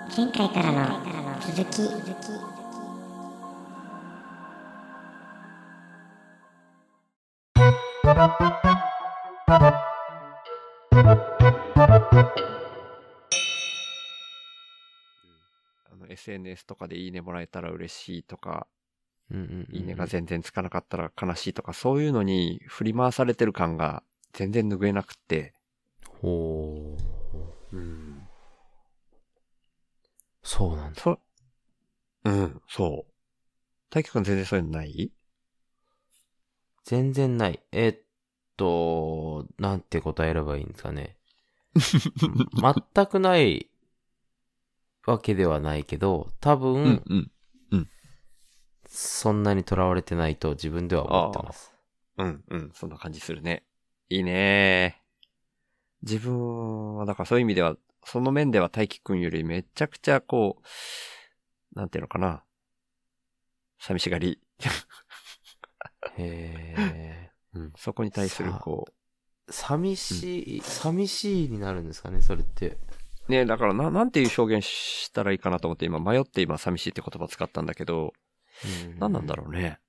前回からの続き。 SNS とかでいいねもらえたら嬉しいとか、 うんうんうんうん、 いいねが全然つかなかったら悲しいとか、そういうのに振り回されてる感が全然拭えなくって。 ほう。 うん。 そうなんだ。 そう。大輝くん全然そういうのない？ 全然ない。なんて答えればいいんですかね。全くないわけではないけど、多分、そんなに囚われてないと自分では思ってます。 そんな感じするね。いいね。自分は、だからそういう意味では、その面では大輝くんよりめちゃくちゃこう、なんていうのかな。寂しがり。 へそこに対するこー。寂しいになるんですかね、それって。 う。ね、だからなんていう表現したらいいかなと思って今迷って寂しいって言葉使ったんだけど、何なんだろうね。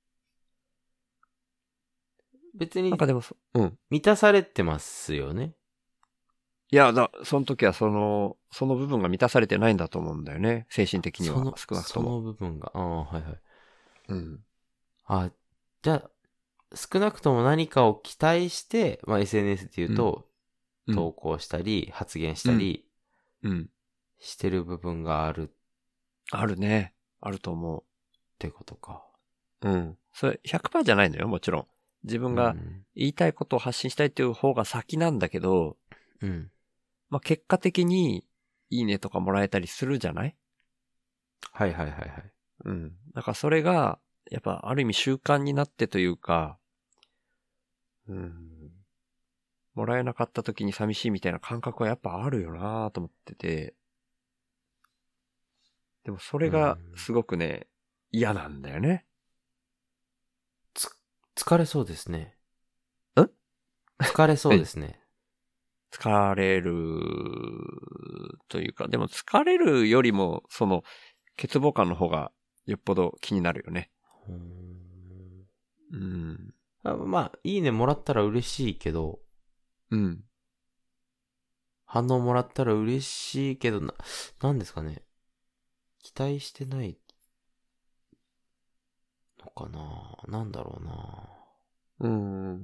別に、 なんかでも満たされてますよね。 いや、その時はその部分が満たされてないんだと思うんだよね。精神的には、少なくとも。 その部分が。はいはい。 うん。 じゃあ、少なくとも何かを期待して、SNS っていうと、投稿したり、発言したり、してる部分がある。 あるね。あると思う。 ってことか。 それ 100% じゃないのよ、もちろん。自分が言いたいことを発信したいっていう方が先なんだけど、結果的に、いいねとかもらえたりするじゃない？ はいはいはいはい。 だからそれが、やっぱある意味習慣になってというか、もらえなかった時に寂しいみたいな感覚はやっぱあるよなと思ってて、でもそれがすごくね、嫌なんだよね。 疲れそうですね。疲れそうですね。 疲れるというか、でも疲れるよりも、欠乏感の方がよっぽど気になるよね。 いいねもらったら嬉しいけど、反応もらったら嬉しいけど、なんですかね。期待してないのかな。なんだろうな。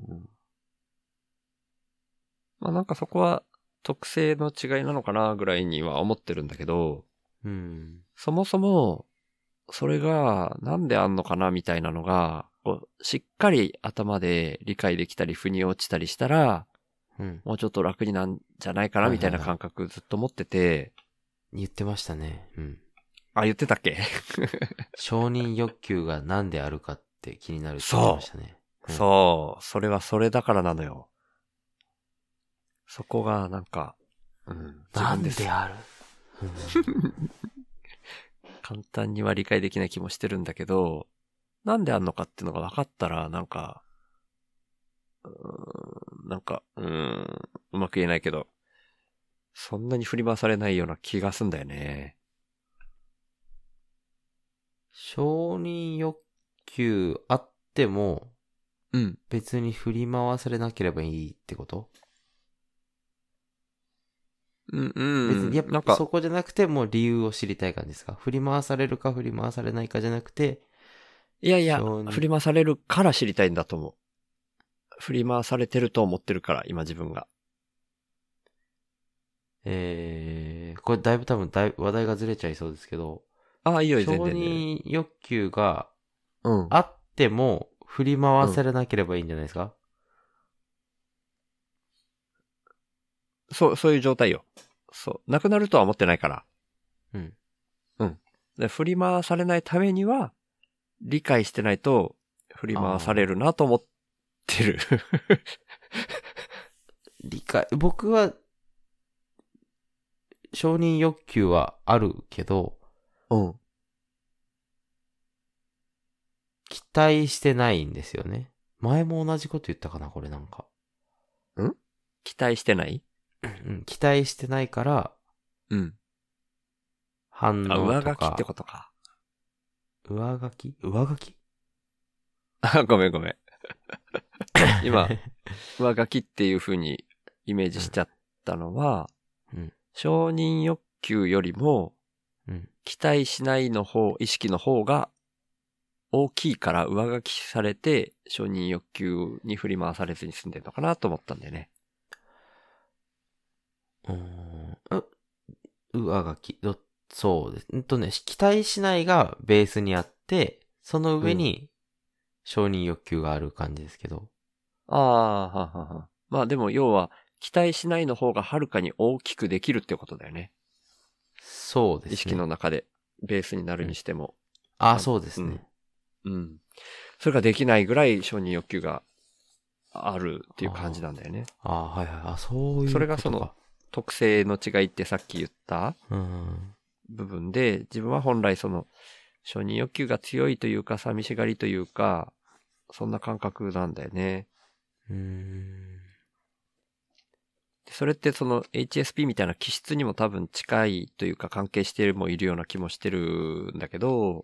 なんかそこは特性の違いなのかなぐらいには思ってるんだけど、そもそも、それがなんであんのかなみたいなのが、しっかり頭で理解できたり腑に落ちたりしたら、もうちょっと楽になんじゃないかなみたいな感覚ずっと持ってて。 言ってましたね。 言ってたっけ？ 承認欲求が何であるかって気になるって言ってましたね。 そう。それはそれだからなのよ。そこがなんか、 なんである簡単には理解できない気もしてるんだけど、なんであんのかっていうのが分かったら、なんか、うまく言えないけど、そんなに振り回されないような気がすんだよね。 承認欲求あっても、別に振り回されなければいいってこと？別にやっぱそこじゃなくてもう理由を知りたい感じですか？振り回されるか振り回されないかじゃなくて、 いや、振り回されるから知りたいんだと思う。振り回されてると思ってるから、今自分が。 これだいぶ多分話題がずれちゃいそうですけど、 いいよ、 承認欲求があっても振り回されなければいいんじゃないですか？ そういう状態よ。そう。なくなるとは思ってないから。で振り回されないためには、理解してないと、振り回されるなと思ってる。 僕は、承認欲求はあるけど、期待してないんですよね。前も同じこと言ったかな、これなんか。 期待してない？ 期待してないから、 反応とか。 上書きってことか。 上書きごめん。今、上書きっていう風にイメージしちゃったのは、承認欲求よりも、期待しないの方、意識の方が大きいから上書きされて承認欲求に振り回されずに済んでるのかなと思ったんだよね。 上書き。そうです。期待しないがベースにあって、その上に承認欲求がある感じですけど。 まあでも要は、期待しないの方がはるかに大きくできるってことだよね。 そうですね。 意識の中でベースになるにしても。 そうですね。 それができないぐらい承認欲求があるっていう感じなんだよね。 はい。そういうことか。 それがその特性の違いってさっき言った部分で、自分は本来その承認欲求が強いというか寂しがりというか、そんな感覚なんだよね。それってその HSP みたいな気質にも多分近いというか関係してもいるような気もしてるんだけど、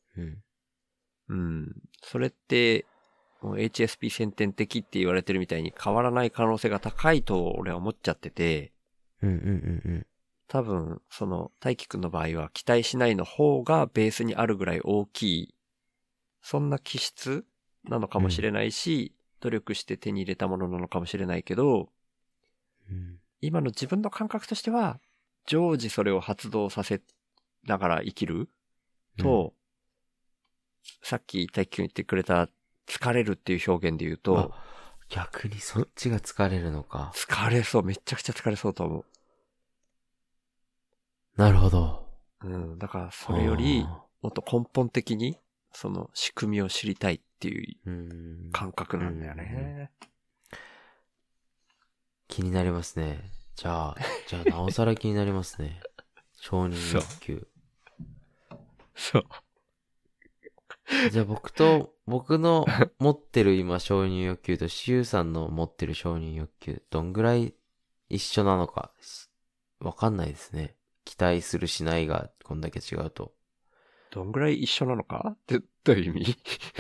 それってもう HSP 先天的って言われてるみたいに変わらない可能性が高いと俺は思っちゃってて、多分その大輝くんの場合は期待しないの方がベースにあるぐらい大きい、そんな気質なのかもしれないし、努力して手に入れたものなのかもしれないけど、今の自分の感覚としては常時それを発動させながら生きると、さっき大輝くん言ってくれた疲れるっていう表現で言うと、 逆にそっちが疲れるのか。 疲れそう、めちゃくちゃ疲れそうと思う。 なるほど。 だからそれよりもっと根本的にその仕組みを知りたいっていう感覚なんだよね。 気になりますね。じゃあなおさら気になりますね。承認欲求。 そう。 じゃあ僕の持ってる今承認欲求とシュウさんの持ってる承認欲求、どんぐらい一緒なのかわかんないですね。期待するしないがこんだけ違うと。 どんぐらい一緒なのかってどういう意味？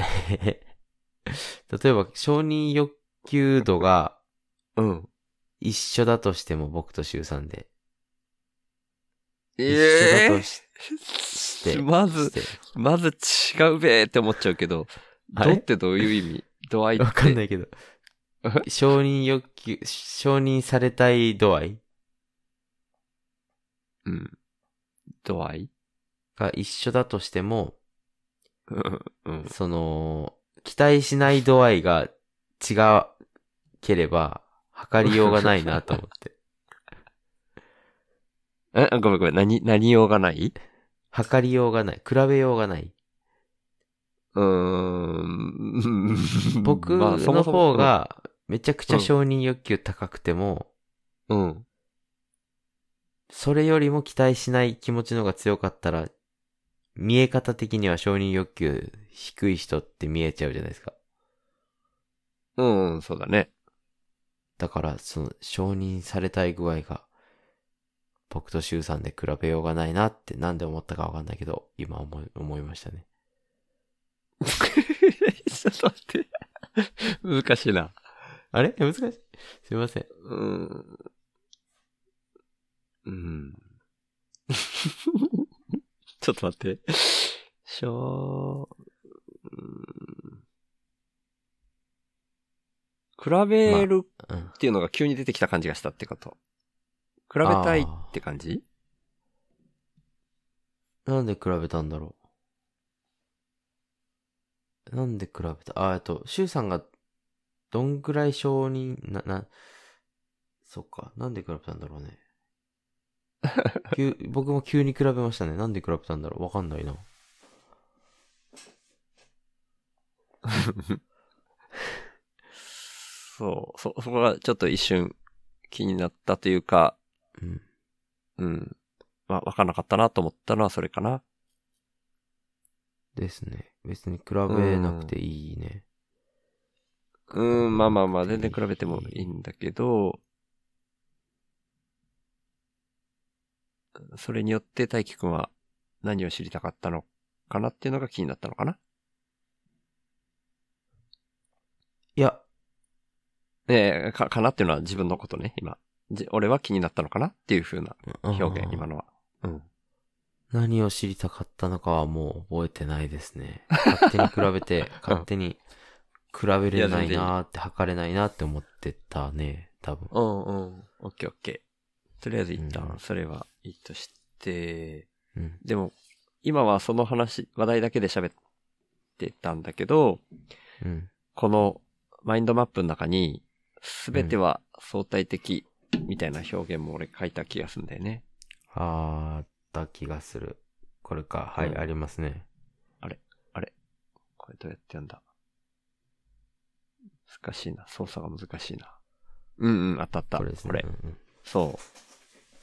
例えば承認欲求度が一緒だとしても僕とシュウさんで。一緒だとして。 まず違うべーって思っちゃうけど、どってどういう意味？度合いって。 わかんないけど。承認欲求、承認されたい度合い度合いが一緒だとしても、その、期待しない度合いが違ければ、測りようがないなと思って。 ごめん。何ようがない？ 測りようがない。比べようがない。僕の方がめちゃくちゃ承認欲求高くても、それよりも期待しない気持ちの方が強かったら、見え方的には承認欲求低い人って見えちゃうじゃないですか。 そうだね。 だから、その承認されたい具合が、僕とシュウさんで比べようがないなってなんで思ったかわかんないけど、今思いましたね。 ちょっと待って。難しいな。 あれ難しい。すいません。 ちょっと待って。比べるっていうのが急に出てきた感じがしたってこと。比べたいって感じ？ なんで比べたんだろう。なんで比べたシュウさんがどんぐらい承認、そっか。なんで比べたんだろうね。僕も急に比べましたね。なんで比べたんだろう。わかんないな。 そこがちょっと一瞬気になったというか、まあ、わかんなかったなと思ったのはそれかな。 ですね。別に比べなくていいね。 まあ、全然比べてもいいんだけど、それによって大輝くんは何を知りたかったのかなっていうのが気になったのかな。 いや。 かなっていうのは自分のことね、今。俺は気になったのかなっていう風な表現、今のは。うん。 何を知りたかったのかはもう覚えてないですね。勝手に比べて、勝手に比べれないなーって、測れないなって思ってたね、多分。 うんうん。オッケーオッケー。とりあえず一旦それはいいとして、 うん、 でも、今はその話題だけで喋ってたんだけど、 うん、 このマインドマップの中に、すべては相対的みたいな表現も俺書いた気がするんだよね。 あった気がする。これか。はい、ありますね。 あれこれどうやってやんだ。難しいな。操作が難しいな。うんうん、あった。 これですね。 これ。そう。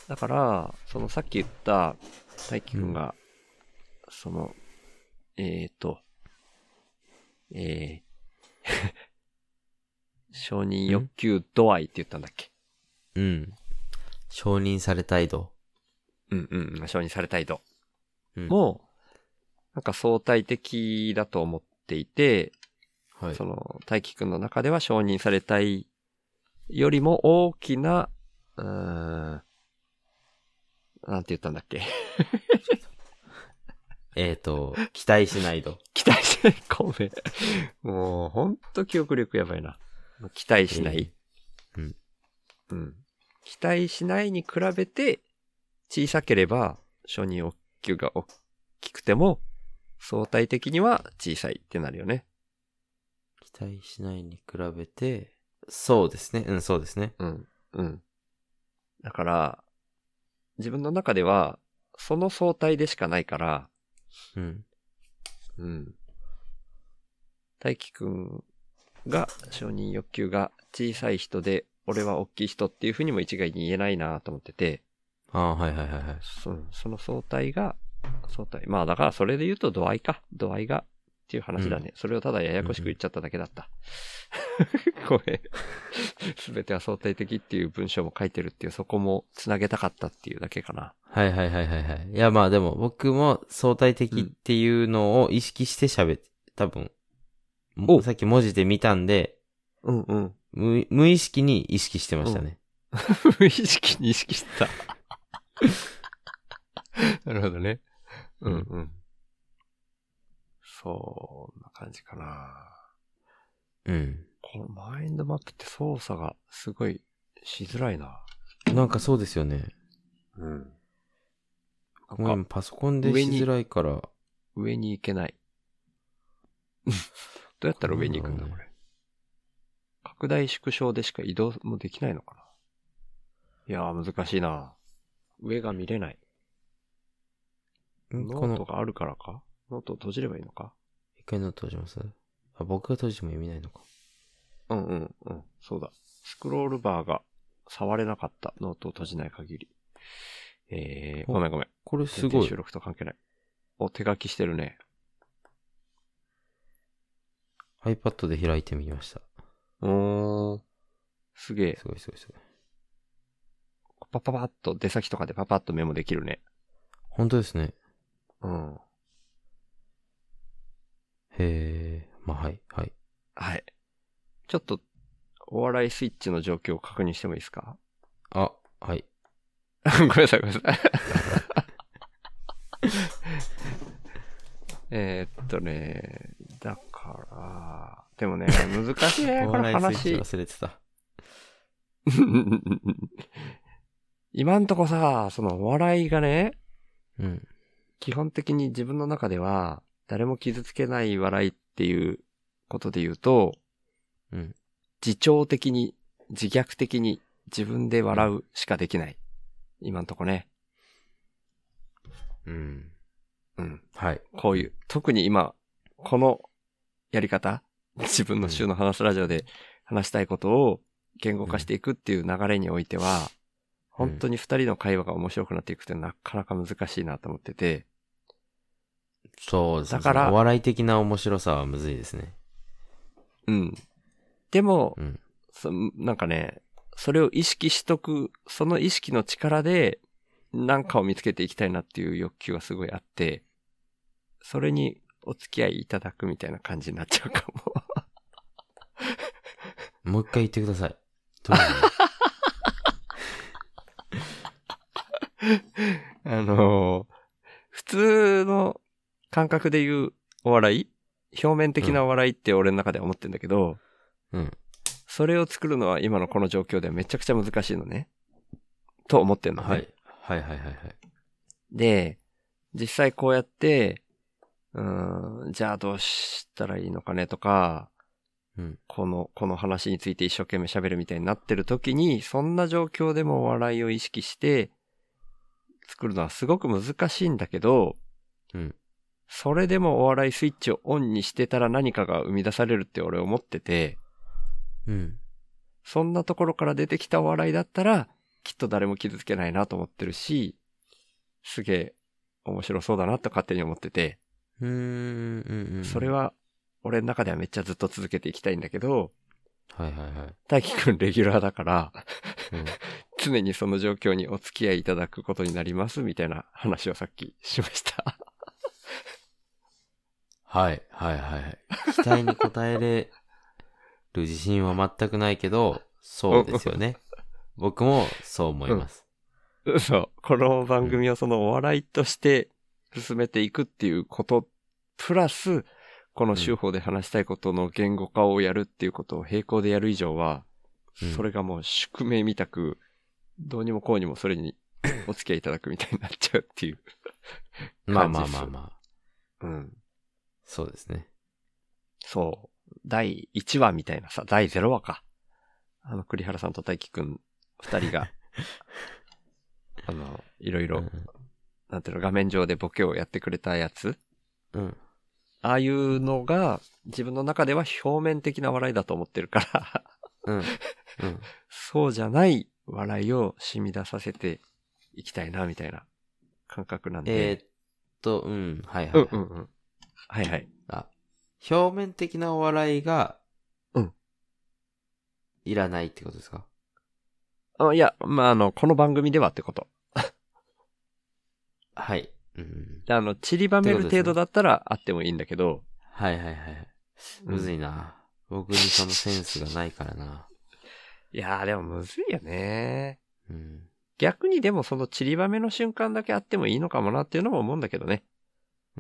だから、そのさっき言った、大輝くんが、その、承認欲求度合いって言ったんだっけ？ うん。承認されたい度。 承認されたい度。もう、なんか相対的だと思っていて、はい、その、大輝くんの中では承認されたいよりも大きな、なんて言ったんだっけ期待しない度。 期待しない。ごめん。もう、ほんと記憶力やばいな。期待しない。期待しないに比べて、小さければ、承認欲求が大きくても、相対的には小さいってなるよね。 期待しないに比べて、そうですね。そうですね。 だから、自分の中では、その相対でしかないから、大輝くんが承認欲求が小さい人で、俺は大きい人っていうふうにも一概に言えないなと思ってて。 はい。 その相対。まあだからそれで言うと度合いがっていう話だね。それをただややこしく言っちゃっただけだった。ごめん。すべては相対的っていう文章も書いてるっていう、そこも繋げたかったっていうだけかな。 はい。いやまあでも僕も相対的っていうのを意識して多分、さっき文字で見たんで、無意識に意識してましたね。 無意識に意識した。なるほどね。そんな感じかな。このマインドマップって操作がすごいしづらいな。 なんかそうですよね。なんかパソコンでしづらいから。 上に行けない。どうやったら上に行くんだ、これ。拡大縮小でしか移動もできないのかな。いやー難しいな。上が見れない。ノートがあるからか？ノートを閉じればいいのか？ 一回ノート閉じます？僕が閉じても意味ないのか。 そうだ。スクロールバーが触れなかった。ノートを閉じない限り。ごめん。 これすごい。 収録と関係ない。手書きしてるね。 iPad で開いてみました。 すげえ。 すごい。 パッと出先とかでパッとメモできるね。 本当ですね。まあはい。 はい。ちょっと、お笑いスイッチの状況を確認してもいいですか？ はい。 ごめんなさい。だから、でもね、難しいね、この話。 お笑いスイッチ忘れてた。 今んとこさ、そのお笑いがね、 うん。 基本的に自分の中では、誰も傷つけない笑いっていうことで言うと、 うん。 自重的に、自虐的に自分で笑うしかできない。今んとこね。 うん。 うん。 はい。 こういう、特に今、このやり方、自分の週の話すラジオで話したいことを言語化していくっていう流れにおいては、本当に二人の会話が面白くなっていくってなかなか難しいなと思ってて。 そうですね。 だから、 お笑い的な面白さはむずいですね。 うん。でも、なんかね、それを意識しとく、その意識の力で、 なんかを見つけていきたいなっていう欲求がすごいあって、それにお付き合いいただくみたいな感じになっちゃうかも。もう一回言ってください。どういうの普通の感覚で言うお笑い、表面的なお笑いって俺の中では思ってんだけど、 うん。 それを作るのは今のこの状況ではめちゃくちゃ難しいのね。と思ってんのね。 はい。はいはいはいはい。 で、実際こうやって、じゃあどうしたらいいのかねとか、 うん、 この話について一生懸命喋るみたいになってる時に、そんな状況でもお笑いを意識して作るのはすごく難しいんだけど、 うん、 それでもお笑いスイッチをオンにしてたら何かが生み出されるって俺思ってて、 うん。 そんなところから出てきたお笑いだったら、きっと誰も傷つけないなと思ってるし、すげえ面白そうだなと勝手に思ってて、それは俺の中ではめっちゃずっと続けていきたいんだけど、 はいはいはい。 大輝くんレギュラーだから、 うん、 常にその状況にお付き合いいただくことになりますみたいな話をさっきしました。 はいはいはい。期待に応えれる自信は全くないけど、そうですよね。僕もそう思います。 そう。この番組をそのお笑いとして進めていくっていうこと、プラス、この手法で話したいことの言語化をやるっていうことを並行でやる以上は、それがもう宿命みたく、どうにもこうにもそれにお付き合いいただくみたいになっちゃうっていうまあまあまあまあ。うん。 そうですね。 そう。第1話みたいなさ、第0話か。栗原さんと大輝くん2人が、いろいろ、なんていうの、画面上でボケをやってくれたやつ。 うん。 ああいうのが自分の中では表面的な笑いだと思ってるからうん。うん。 そうじゃない笑いを染み出させていきたいな、みたいな感覚なんで。 うん。はいはいはい。 うんうんうん。はいはい。 表面的なお笑いが、 うん。 いらないってことですか？ いや、まあ、この番組ではってこと。 はい。うん。 散りばめる程度だったらあってもいいんだけど。 はいはいはい。むずいな。僕にそのセンスがないからな。 いやーでもむずいよね。 うん。 逆にでもその散りばめの瞬間だけあってもいいのかもなっていうのも思うんだけどね。うん。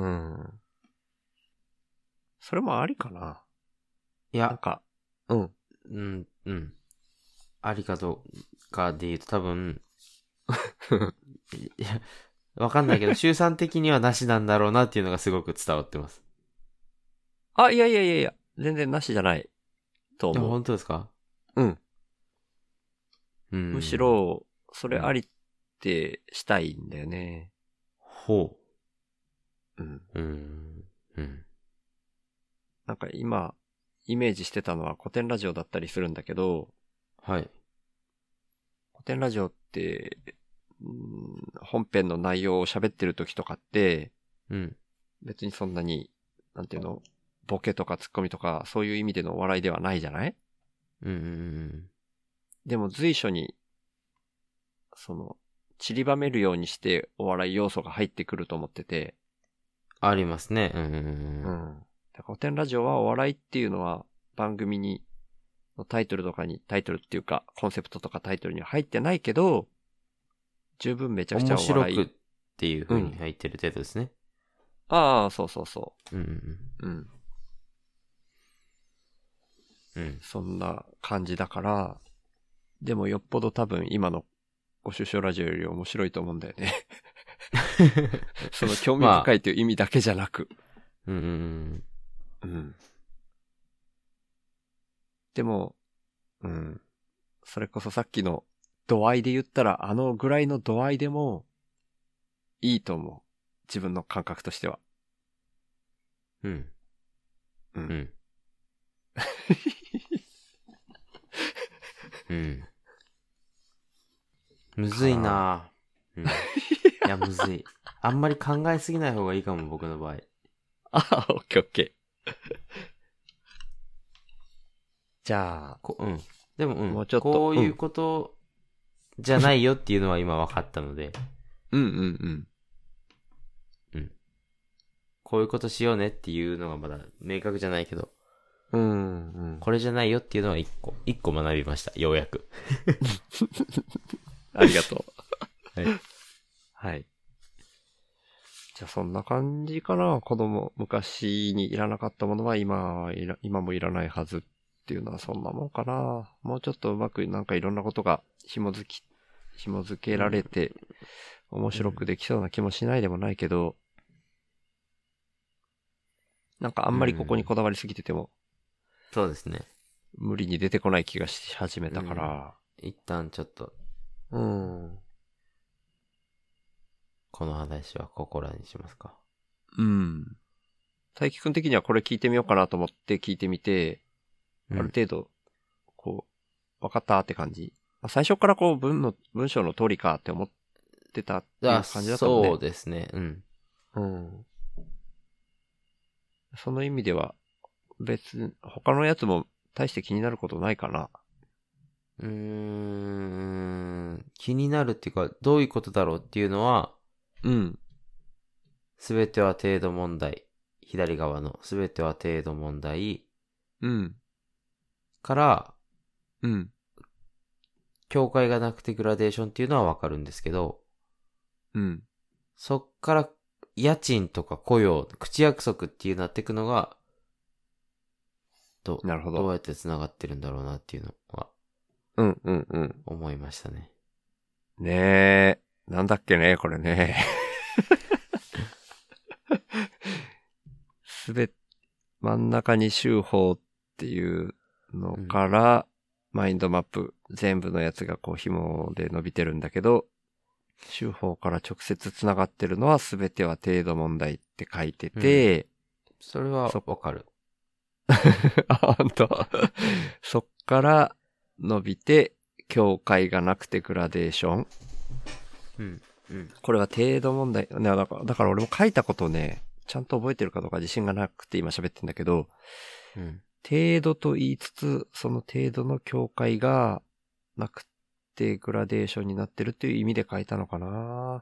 それもありかな。 いや。 なんか、うん。 うん。ありかどうかで言うと多分、いや、わかんないけど、週3的にはなしなんだろうなっていうのがすごく伝わってます。 いや、全然なしじゃないと思う。 本当ですか？ うん。むしろ、それありってしたいんだよね。 ほう。 うん。 なんか今、イメージしてたのは古典ラジオだったりするんだけど、 はい。 古典ラジオって、本編の内容を喋ってる時とかって、別にそんなに、なんていうの、ボケとかツッコミとか、そういう意味でのお笑いではないじゃない？でも随所に、散りばめるようにしてお笑い要素が入ってくると思ってて。 ありますね。 古典ラジオはお笑いっていうのは番組に、タイトルっていうか、コンセプトとかタイトルには入ってないけど、十分めちゃくちゃお笑い。 面白くっていう風に入ってる程度ですね。 そうそうそう。そんな感じだから、でもよっぽど多分今のご出生ラジオより面白いと思うんだよね。その興味深いという意味だけじゃなく。でも、それこそさっきの度合いで言ったら、ぐらいの度合いでもいいと思う。自分の感覚としては。 むずいなぁ。いや、むずい。あんまり考えすぎない方がいいかも、僕の場合。 オッケー。じゃあ、 でも、 もうちょっとこういうことじゃないよっていうのは今分かったので。 うんうんうん。 うん。こういうことしようねっていうのがまだ明確じゃないけど。 うんうん。 これじゃないよっていうのは一個学びました。ようやく。 ありがとう。はい。 はい。じゃあそんな感じかな。子供、昔にいらなかったものは今もいらないはずっていうのはそんなもんかな。もうちょっとうまくなんかいろんなことが紐付けられて面白くできそうな気もしないでもないけど、なんかあんまりここにこだわりすぎてても、 そうですね。 無理に出てこない気がし始めたから。 一旦ちょっと。 うん。 この話はここらにしますか。 うん。大輝くん的にはこれ聞いてみようかなと思って聞いてみて、ある程度、こう、分かったって感じ。最初からこう文章の通りかって思ってたっていう感じだったもんね。 そうですね。うん。 うん。その意味では、他のやつも大して気になることないかな。 気になるっていうか、どういうことだろうっていうのは、 うん。 すべては程度問題。左側のすべては程度問題。 うん。 から、 うん。 境界がなくてグラデーションっていうのはわかるんですけど、 うん。 そっから、家賃とか雇用、口約束っていうなっていくのが、 なるほど。 どうやって繋がってるんだろうなっていうのは、 うんうんうん。 思いましたね。 ねえ。なんだっけね、これね。真ん中に集法っていうのから、マインドマップ、全部のやつがこう紐で伸びてるんだけど、集法から直接繋がってるのは全ては程度問題って書いてて、 それはわかる。 あ、ほんと。そっから伸びて、境界がなくてグラデーション。 うん。うん。 これは程度問題。だから俺も書いたことをね、ちゃんと覚えてるかどうか自信がなくて今喋ってんだけど、 うん。 程度と言いつつ、その程度の境界がなくてグラデーションになってるっていう意味で書いたのかな。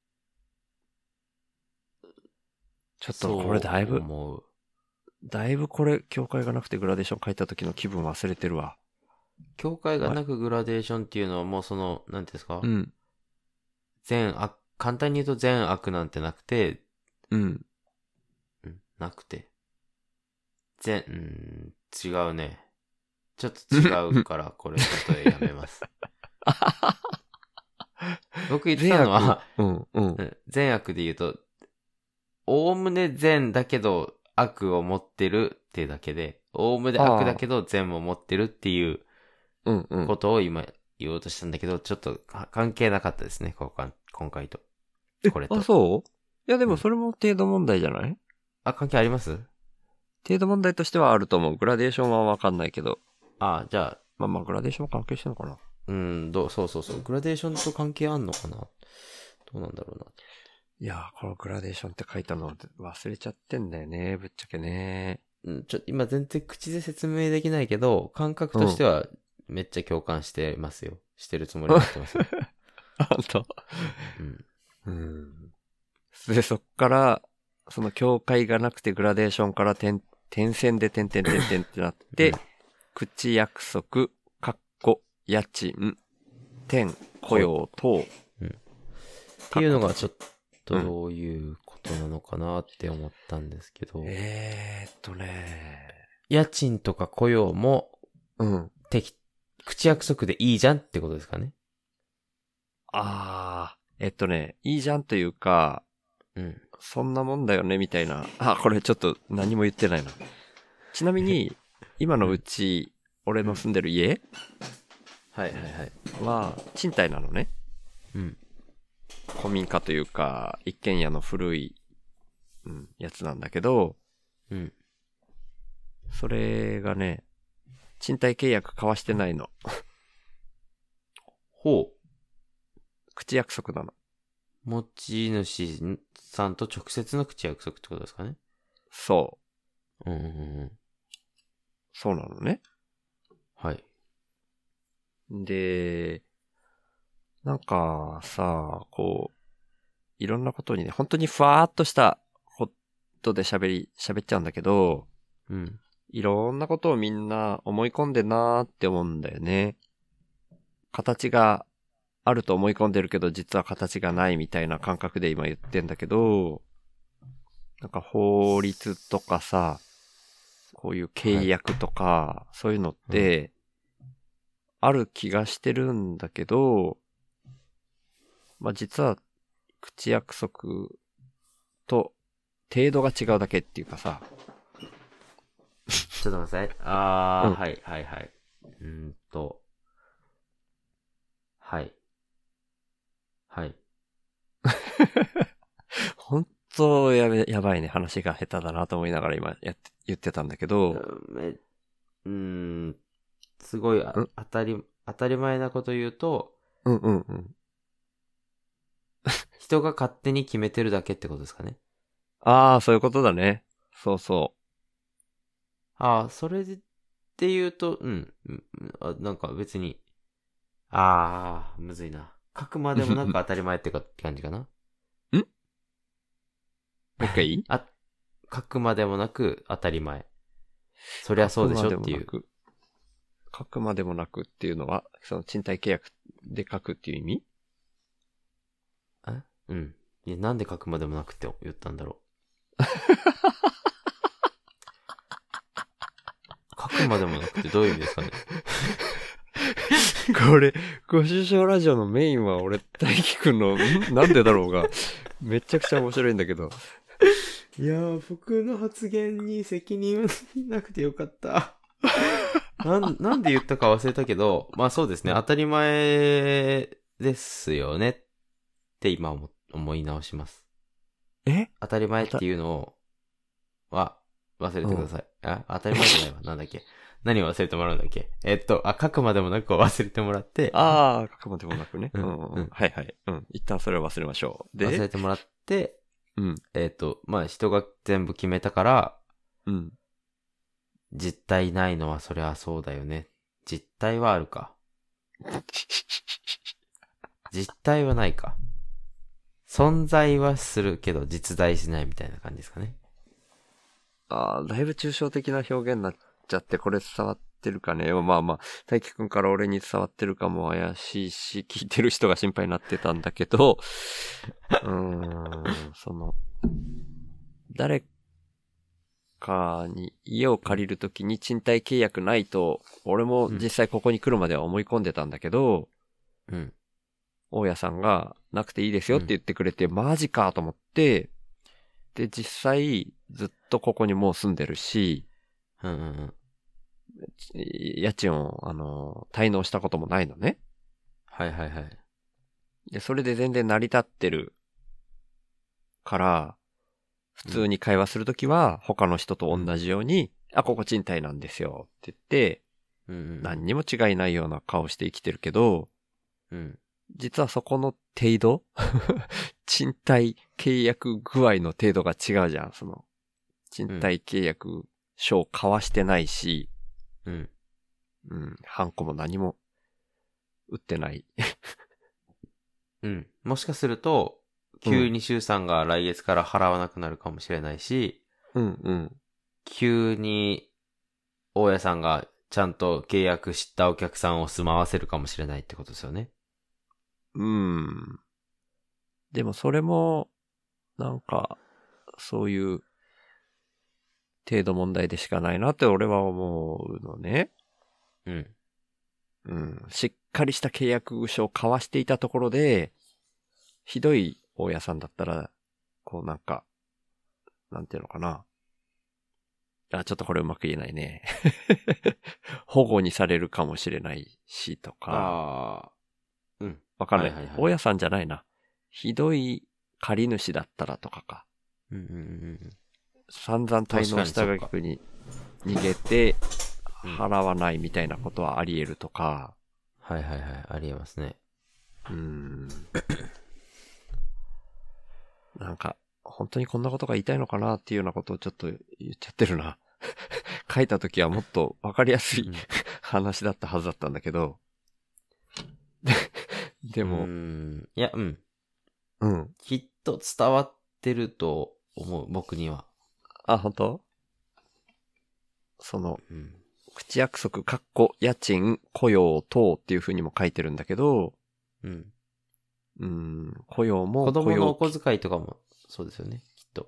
ちょっとこれだいぶこれ境界がなくてグラデーション書いた時の気分忘れてるわ。 境界がなくグラデーションっていうのはもうその、なんていうんですか？ うん。 簡単に言うと善悪なんてなくて、 うん。 なくて。違うね。ちょっと違うから、これちょっとやめます。僕言ってたのは、善悪で言うと、おおむね善だけど悪を持ってるっていうだけで、おおむね悪だけど善を持ってるっていうことを今言おうとしたんだけど、ちょっと関係なかったですね、今回と。これと。 あ、そう？いやでもそれも程度問題じゃない？ 関係あります？ 程度問題としてはあると思う。グラデーションはわかんないけど。 じゃあ。 まあグラデーションも関係してるのかな。 そう。グラデーションと関係あんのかな？どうなんだろうな。 いやー、このグラデーションって書いたの忘れちゃってんだよね、ぶっちゃけね。 今全然口で説明できないけど、感覚としてはめっちゃ共感してますよ。してるつもりになってますよ。 ほんと。で、そっから、その境界がなくてグラデーションから点線で点ってなって、口約束、家賃、雇用等。 っていうのがちょっとどういうことなのかなって思ったんですけど。家賃とか雇用も、口約束でいいじゃんってことですかね。 いいじゃんというか、そんなもんだよねみたいな。これちょっと何も言ってないな。ちなみに、今のうち、俺の住んでる家は、賃貸なのね。古民家というか、一軒家の古い、やつなんだけど、それがね、賃貸契約交わしてないの。 ほう。 口約束なの。 持ち主さんと直接の口約束ってことですかね。 そう。そうなのね。 はい。 で、 なんかさ、こう、いろんなことにね、本当にふわーっとしたことで喋っちゃうんだけど、 うん。 いろんなことをみんな思い込んでんなーって思うんだよね。形があると思い込んでるけど、実は形がないみたいな感覚で今言ってんだけど、なんか法律とかさ、こういう契約とか、そういうのって、ある気がしてるんだけど、まあ、実は、口約束と程度が違うだけっていうかさ。 ちょっと待ってください。 うんはい、はい、はい。はい。はい。 本当やばいね。話が下手だなと思いながら今言ってたんだけど。 すごい当たり前なこと言うと、 うんうんうん。 人が勝手に決めてるだけってことですかね。 ああ、そういうことだね。そうそああ、それでって言うと、なんか別に、むずいな。書くまでもなく当たり前って感じかな。 う。もう一回いい？ 書くまでもなく当たり前。そりゃそうでしょっていう。 書くまでもなくっていうのは、その賃貸契約で書くっていう意味？ うん。いや、なんで書くまでもなくって言ったんだろう。書くまでもなくってどういう意味ですかね。 これ、ご首相ラジオのメインは俺、大輝くんの、なんでだろうが、めちゃくちゃ面白いんだけど。 いやー、僕の発言に責任はなくてよかった。なんで言ったか忘れたけど、まあそうですね、当たり前ですよねって今思い直します。当たり前っていうのは忘れてください。当たり前じゃないわ。なんだっけ。何を忘れてもらうんだっけ。書くまでもなく忘れてもらって。 書くまでもなくね。 はいはい。一旦それは忘れましょう。で、 忘れてもらって、まあ人が全部決めたから、実体ないのはそりゃそうだよね。実体はあるか。実体はないか。存在はするけど実在しないみたいな感じですかね。 だいぶ抽象的な表現になっちゃって、これ伝わってるかね。まあ、大輝くんから俺に伝わってるかも怪しいし、聞いてる人が心配になってたんだけど、誰かに家を借りるときに賃貸契約ないと、俺も実際ここに来るまでは思い込んでたんだけど、大家さんがなくていいですよって言ってくれて、マジかと思って、で、実際ずっとここにもう住んでるし、家賃を、滞納したこともないのね。 はい。 で、それで全然成り立ってるから、普通に会話するときは、他の人と同じように、ここ賃貸なんですよって言って、何にも違いないような顔して生きてるけど、実はそこの程度賃貸契約具合の程度が違うじゃん。賃貸契約書を交わしてないし、ハンコも何も売ってない。 もしかすると、急に周さんが来月から払わなくなるかもしれないし、急に大家さんがちゃんと契約したお客さんを住まわせるかもしれないってことですよね。 でもそれも、なんか、そういう程度問題でしかないなって俺は思うのね。しっかりした契約書を交わしていたところで、ひどい大家さんだったら、こうなんか、なんていうのかな。ちょっとこれうまく言えないね。保護にされるかもしれないしとか。わかんない。大家さんじゃないな。ひどい借り主だったらとかか。散々滞納した額に逃げて、払わないみたいなことはあり得るとか。 あり得ますね。 なんか、本当にこんなことが言いたいのかなっていうようなことをちょっと言っちゃってるな。書いたときはもっとわかりやすい話だったはずだったんだけど。 でも、 いや、うん。 うん。 きっと伝わってると思う、僕には。 あ、本当？ うん、 口約束、家賃、雇用等っていう風にも書いてるんだけど、 うん。 雇用も子供のお小遣いとかもそうですよね、きっと。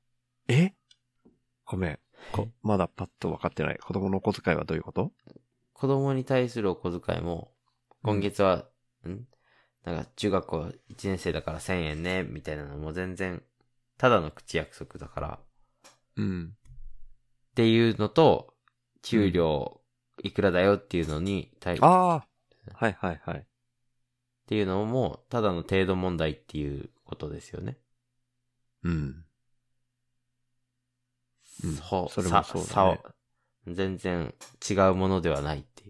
ごめん。まだパッと分かってない。子供のお小遣いはどういうこと？ 子供に対するお小遣いも、今月は、なんか中学校1年生だから1000円ね、みたいなのも全然、ただの口約束だから。っていうのと、給料いくらだよっていうのにはいはいはい。 っていうのも、ただの程度問題っていうことですよね。そう、 それもそうだね。 全然違うものではないっていう。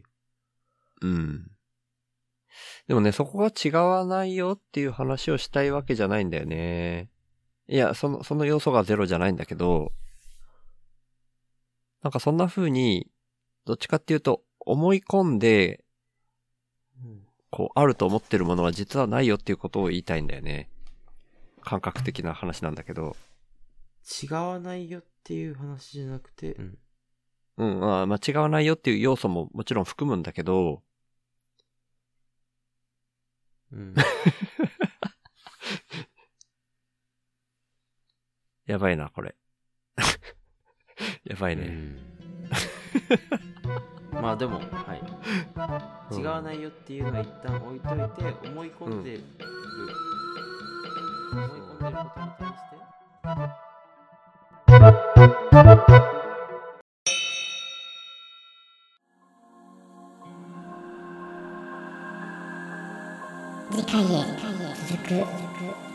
でもね、そこが違わないよっていう話をしたいわけじゃないんだよね。いや、その要素がゼロじゃないんだけど、なんかそんな風に、どっちかっていうと、思い込んで、あると思ってるものは実はないよっていうことを言いたいんだよね。感覚的な話なんだけど。 違わないよっていう話じゃなくて、 まあ違わないよっていう要素ももちろん含むんだけど、やばいな、これ。やばいね。 まあでも、はい。違わないよっていうのは一旦置いといて、思い込んでることに対して、 次回へ続く。